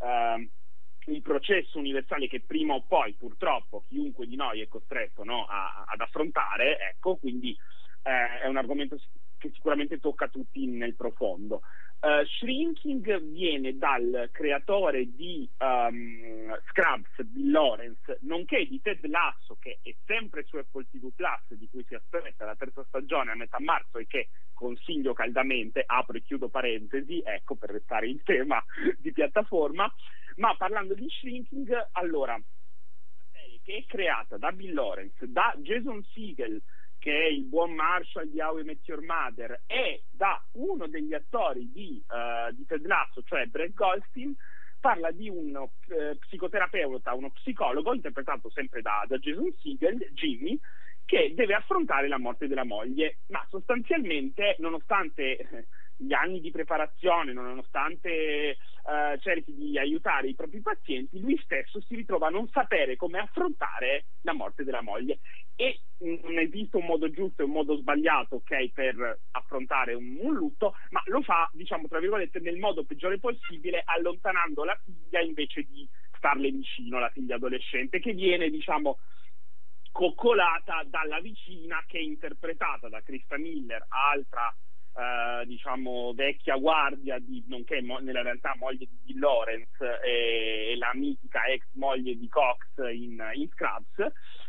un processo universale che prima o poi purtroppo chiunque di noi è costretto, no, ad affrontare, ecco, quindi è un argomento che sicuramente tocca tutti nel profondo. Shrinking viene dal creatore di Scrubs, Bill Lawrence, nonché di Ted Lasso, che è sempre su Apple TV Plus, di cui si aspetta la terza stagione a metà marzo e che consiglio caldamente, apro e chiudo parentesi, ecco, per restare in tema di piattaforma. Ma parlando di Shrinking, allora, una serie che è creata da Bill Lawrence, da Jason Segel, che è il buon Marshall di How I Met Your Mother, e da uno degli attori di Ted Lasso, cioè Brett Goldstein, parla di uno psicoterapeuta, uno psicologo, interpretato sempre da Jason Segel, Jimmy, che deve affrontare la morte della moglie, ma sostanzialmente, nonostante gli anni di preparazione, nonostante cerchi di aiutare i propri pazienti, lui stesso si ritrova a non sapere come affrontare la morte della moglie, e non esiste un modo giusto e un modo sbagliato, ok, per affrontare un lutto, ma lo fa, diciamo, tra virgolette, nel modo peggiore possibile, allontanando la figlia invece di starle vicino, la figlia adolescente, che viene, diciamo, coccolata dalla vicina, che è interpretata da Krista Miller, altra diciamo vecchia guardia nonché nella realtà moglie di Bill Lawrence e la mitica ex moglie di Cox in Scrubs,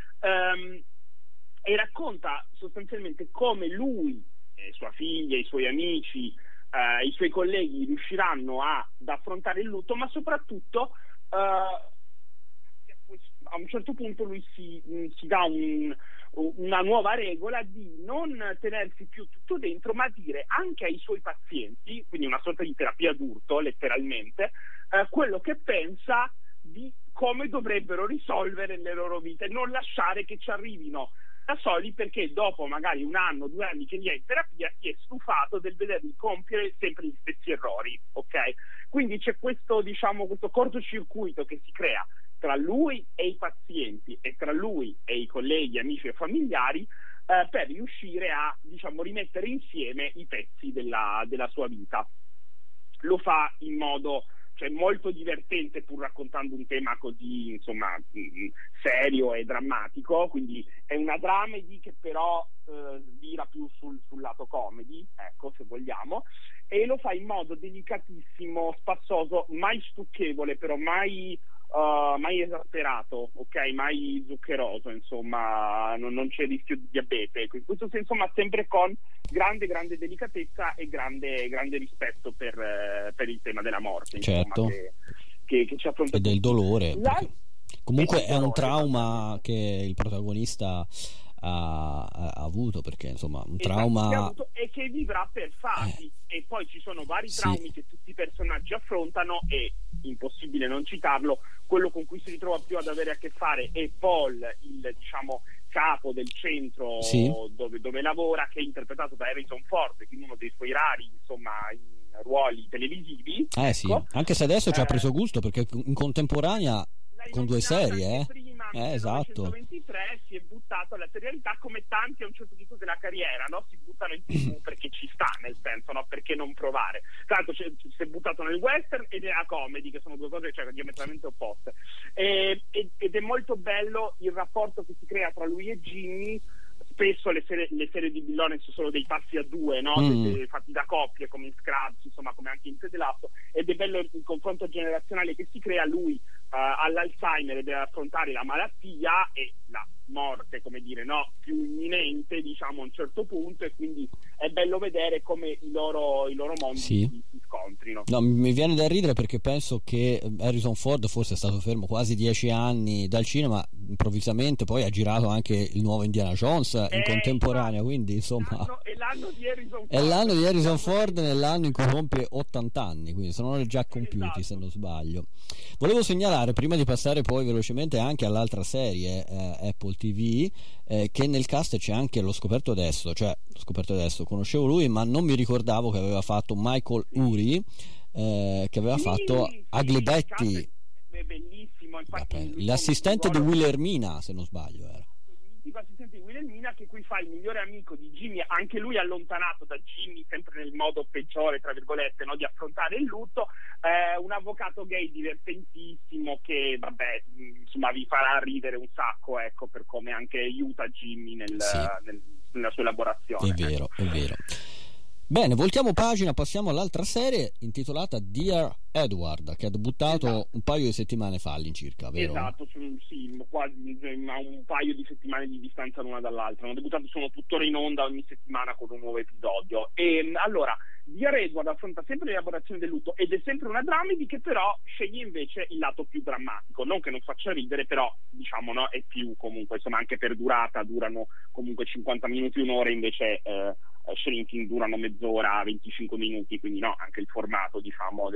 e racconta sostanzialmente come lui, sua figlia, i suoi amici, i suoi colleghi riusciranno ad affrontare il lutto, ma soprattutto a un certo punto lui si dà una nuova regola di non tenersi più tutto dentro, ma dire anche ai suoi pazienti, quindi una sorta di terapia d'urto letteralmente, quello che pensa di come dovrebbero risolvere le loro vite, non lasciare che ci arrivino da soli, perché dopo magari 1 anno, 2 anni che li è in terapia si è stufato del vederli compiere sempre gli stessi errori, ok? Quindi c'è questo, diciamo, questo cortocircuito che si crea tra lui e i pazienti e tra lui e i colleghi, amici e familiari, per riuscire a, diciamo, rimettere insieme i pezzi della sua vita. Lo fa in modo, cioè, molto divertente, pur raccontando un tema così, insomma, serio e drammatico, quindi è una dramedy che però vira più sul lato comedy, ecco, se vogliamo, e lo fa in modo delicatissimo, spassoso, mai stucchevole, però mai mai esasperato, ok, mai zuccheroso, insomma, non c'è rischio di diabete. In questo senso, ma sempre con grande delicatezza e grande rispetto per il tema della morte, certo, insomma, che ci affronta e del dolore. Comunque è un trauma che il protagonista ha avuto, perché insomma un trauma e che vivrà per fasi, e poi ci sono vari traumi che tutti i personaggi affrontano, e impossibile non citarlo, quello con cui si ritrova più ad avere a che fare è Paul, il capo del centro dove lavora, che è interpretato da Harrison Ford, in uno dei suoi rari ruoli televisivi. Sì, anche se adesso ci ha preso gusto, perché in contemporanea con 2 serie, prima, esatto. Nel 1923 si è buttato alla serialità, come tanti a un certo punto della carriera, no? Si buttano in TV perché ci sta, nel senso, no? Perché non provare? Tra l'altro si è buttato nel western e nella comedy, che sono 2 cose diametralmente opposte, ed è molto bello il rapporto che si crea tra lui e Jimmy. Spesso le serie di Bill Lawrence sono dei passi a 2, no? Fatti da coppie, come in Scrubs, insomma, come anche in Ted Lasso, ed è bello il confronto generazionale che si crea. Lui all'Alzheimer deve affrontare la malattia e la morte, come dire, no, più imminente, diciamo, a un certo punto, e quindi è bello vedere come i loro mondi si scontrino. No, mi viene da ridere, perché penso che Harrison Ford forse è stato fermo quasi 10 anni dal cinema, improvvisamente poi ha girato anche il nuovo Indiana Jones in contemporanea, quindi insomma è l'anno di Harrison Ford nell'anno in cui compie 80 anni, quindi sono già compiuti, se non sbaglio. Volevo segnalare, prima di passare poi velocemente anche all'altra serie Apple TV, che nel cast c'è anche l'ho scoperto adesso, conoscevo lui ma non mi ricordavo che aveva fatto Michael Urie, che aveva fatto Ugly Betty, bellissimo, infatti, l'assistente di Will Ermina, se non sbaglio era assistente di Wilhelmina, che qui fa il migliore amico di Jimmy, anche lui allontanato da Jimmy sempre nel modo peggiore, tra virgolette, no, di affrontare il lutto, un avvocato gay divertentissimo che, vabbè, insomma, vi farà ridere un sacco, ecco, per come anche aiuta Jimmy nella sua elaborazione. È vero. Bene, voltiamo pagina, passiamo all'altra serie intitolata Dear Edward, che ha debuttato un paio di settimane fa all'incirca, vero? Esatto, sì, quasi a un paio di settimane di distanza l'una dall'altra. Hanno debuttato, sono tuttora in onda ogni settimana con un nuovo episodio. E allora, Dear Edward affronta sempre l'elaborazione del lutto, ed è sempre una dramedy che però sceglie invece il lato più drammatico, non che non faccia ridere, però diciamo, no, è più, comunque, insomma, anche per durata durano comunque 50 minuti, un'ora, invece Shrinking durano mezz'ora, 25 minuti, quindi no, anche il formato, diciamo,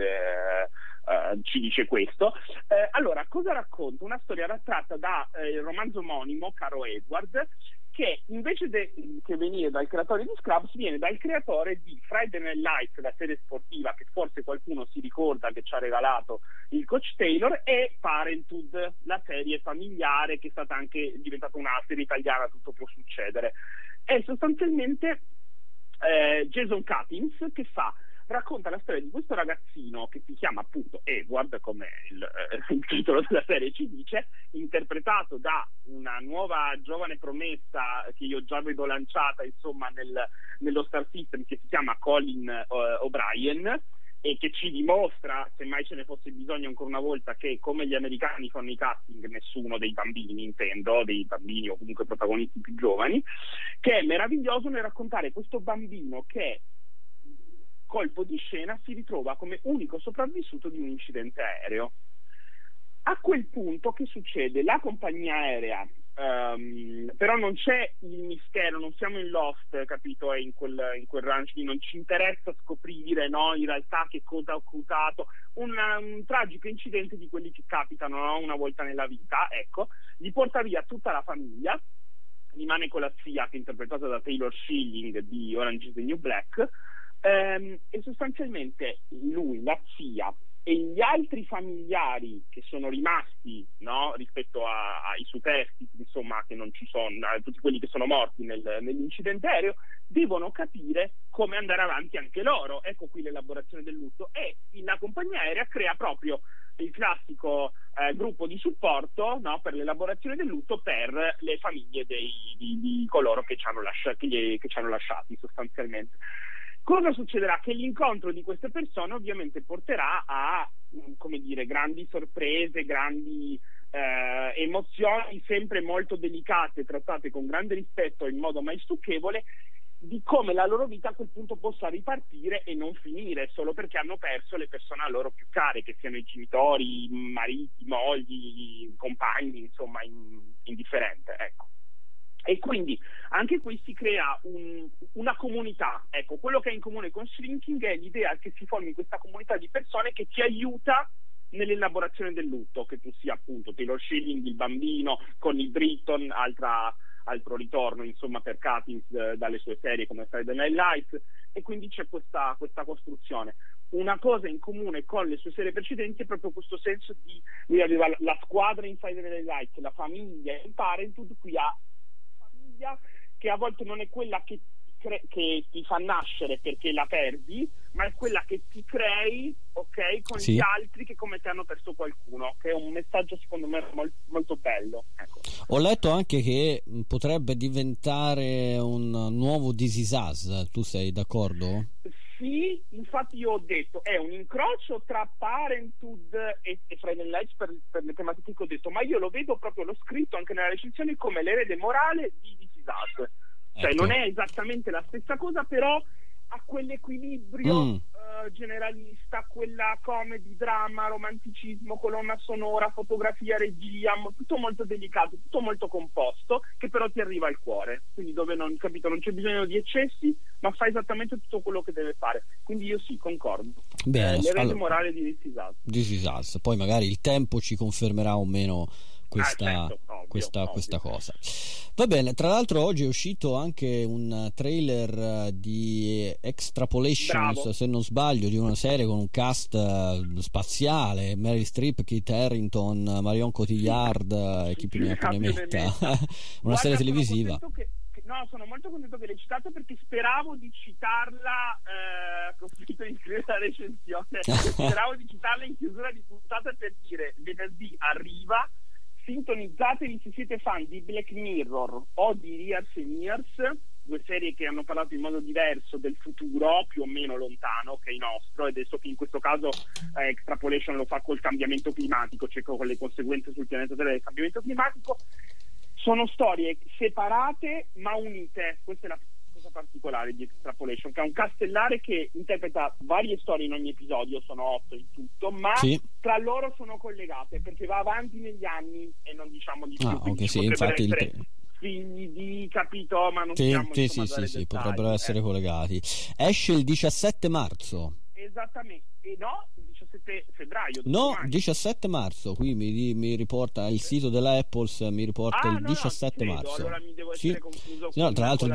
ci dice questo. Allora, cosa racconta? Una storia tratta da il romanzo omonimo, Caro Edward, che invece che venire dal creatore di Scrubs viene dal creatore di Friday Night Lights, la serie sportiva che forse qualcuno si ricorda che ci ha regalato il coach Taylor, e Parenthood, la serie familiare che è stata anche diventata una serie italiana, Tutto può succedere. È sostanzialmente Jason Katims che racconta la storia di questo ragazzino che si chiama appunto Edward, come il titolo della serie ci dice, interpretato da una nuova giovane promessa che io già vedo lanciata, insomma, nello Star System, che si chiama Colin O'Brien, e che ci dimostra, se mai ce ne fosse bisogno ancora una volta, che come gli americani fanno i casting, nessuno dei bambini, intendo, dei bambini o comunque protagonisti più giovani, che è meraviglioso nel raccontare questo bambino che, colpo di scena, si ritrova come unico sopravvissuto di un incidente aereo. A quel punto che succede? La compagnia aerea, però non c'è il mistero, non siamo in Lost, capito? È in quel ranch lì, non ci interessa scoprire, no, in realtà che cosa ha occultato un tragico incidente di quelli che capitano, no, una volta nella vita, ecco, gli porta via tutta la famiglia, rimane con la zia, che è interpretata da Taylor Schilling di Orange is the New Black, e sostanzialmente lui, la zia e gli altri familiari che sono rimasti, no, rispetto ai superstiti, insomma, che non ci sono, tutti quelli che sono morti nell'incidente aereo, devono capire come andare avanti anche loro. Ecco qui l'elaborazione del lutto, e la compagnia aerea crea proprio il classico gruppo di supporto, no, per l'elaborazione del lutto per le famiglie di coloro che ci hanno lasciati sostanzialmente. Cosa succederà? Che l'incontro di queste persone ovviamente porterà a, come dire, grandi sorprese, grandi emozioni sempre molto delicate, trattate con grande rispetto e in modo mai stucchevole, di come la loro vita a quel punto possa ripartire e non finire solo perché hanno perso le persone a loro più care, che siano i genitori, i mariti, mogli, i compagni, insomma, indifferente, ecco. E quindi anche qui si crea una comunità. Ecco, quello che è in comune con Shrinking è l'idea che si formi questa comunità di persone che ti aiuta nell'elaborazione del lutto, che tu sia appunto Taylor Schilling, il bambino, Connie Britton, altro ritorno insomma per Katniss dalle sue serie come Friday Night Lights, e quindi c'è questa costruzione. Una cosa in comune con le sue serie precedenti è proprio questo senso di lui aveva la squadra in Friday Night Lights, la famiglia in Parenthood, qui ha famiglia che a volte non è quella che ti fa nascere perché la perdi, ma è quella che ti crei, ok, con gli altri che come te hanno perso qualcuno, che è un messaggio secondo me molto, molto bello, ecco. Ho letto anche che potrebbe diventare un nuovo This Is Us, tu sei d'accordo? Sì, infatti io ho detto è un incrocio tra Parenthood e Friday Night Lights per le tematiche che ho detto, ma io lo vedo proprio, l'ho scritto anche nella recensione, come l'erede morale di This Is Us. Cioè non è esattamente la stessa cosa, però ha quell'equilibrio generalista, quella comedy, dramma, romanticismo, colonna sonora, fotografia, regia, tutto molto delicato, tutto molto composto, che però ti arriva al cuore, quindi dove non c'è bisogno di eccessi, ma fa esattamente tutto quello che deve fare. Quindi io sì, concordo. L'erede morale di This Is Us. Poi magari il tempo ci confermerà o meno questa cosa. Va bene, tra l'altro oggi è uscito anche un trailer di Extrapolations, bravo, se non sbaglio, di una serie con un cast spaziale, Meryl Streep, Kit Harington, Marion Cotillard e chi più ne ha ne metta. Una serie televisiva. Sono molto contento che l'hai citata, perché speravo di citarla, ho finito di scrivere la recensione, speravo di citarla in chiusura di puntata per dire venerdì arriva, sintonizzatevi se siete fan di Black Mirror o di Years and Years, due serie che hanno parlato in modo diverso del futuro più o meno lontano che è il nostro, ed adesso che in questo caso Extrapolation lo fa col cambiamento climatico, cioè con le conseguenze sul pianeta Terra del cambiamento climatico. Sono storie separate ma unite, questa è la cosa particolare di Extrapolation, che è un castellare che interpreta varie storie in ogni episodio, sono 8 in tutto, ma tra loro sono collegate perché va avanti negli anni e non diciamo di più, infatti essere figli di, capito, ma non sì, potrebbero essere collegati. Esce il 17 marzo. Esattamente, e no, il 17 febbraio. No, 17 marzo, qui mi riporta il sito della Apple, mi riporta il 17 marzo. Allora mi devo essere confuso. No, tra l'altro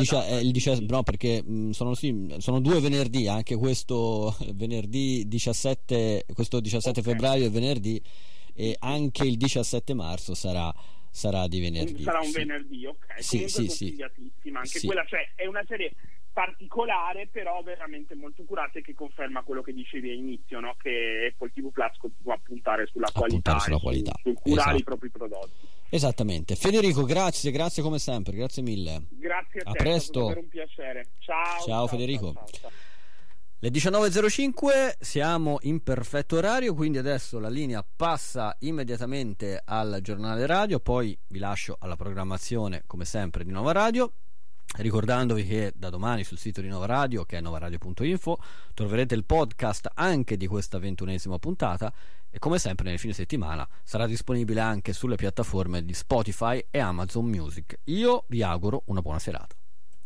no, perché sono due venerdì, anche questo venerdì 17, questo 17 febbraio è venerdì, e anche il 17 marzo sarà di venerdì. Sarà un venerdì, ok. Comunque consigliatissima. Anche quella, cioè, è una serie particolare, però veramente molto curata, e che conferma quello che dicevi all'inizio, no? Che Apple TV Plus continua a puntare sulla qualità, sul curare i propri prodotti. Esattamente. Federico, grazie come sempre, grazie mille. Grazie a te, presto. è un piacere. Ciao Federico. Ciao. Le 19.05, siamo in perfetto orario, quindi adesso la linea passa immediatamente al giornale radio, poi vi lascio alla programmazione come sempre di Nova Radio, ricordandovi che da domani sul sito di Nova Radio, che è novaradio.info, troverete il podcast anche di questa 21esima puntata, e come sempre nel fine settimana sarà disponibile anche sulle piattaforme di Spotify e Amazon Music. Io vi auguro una buona serata.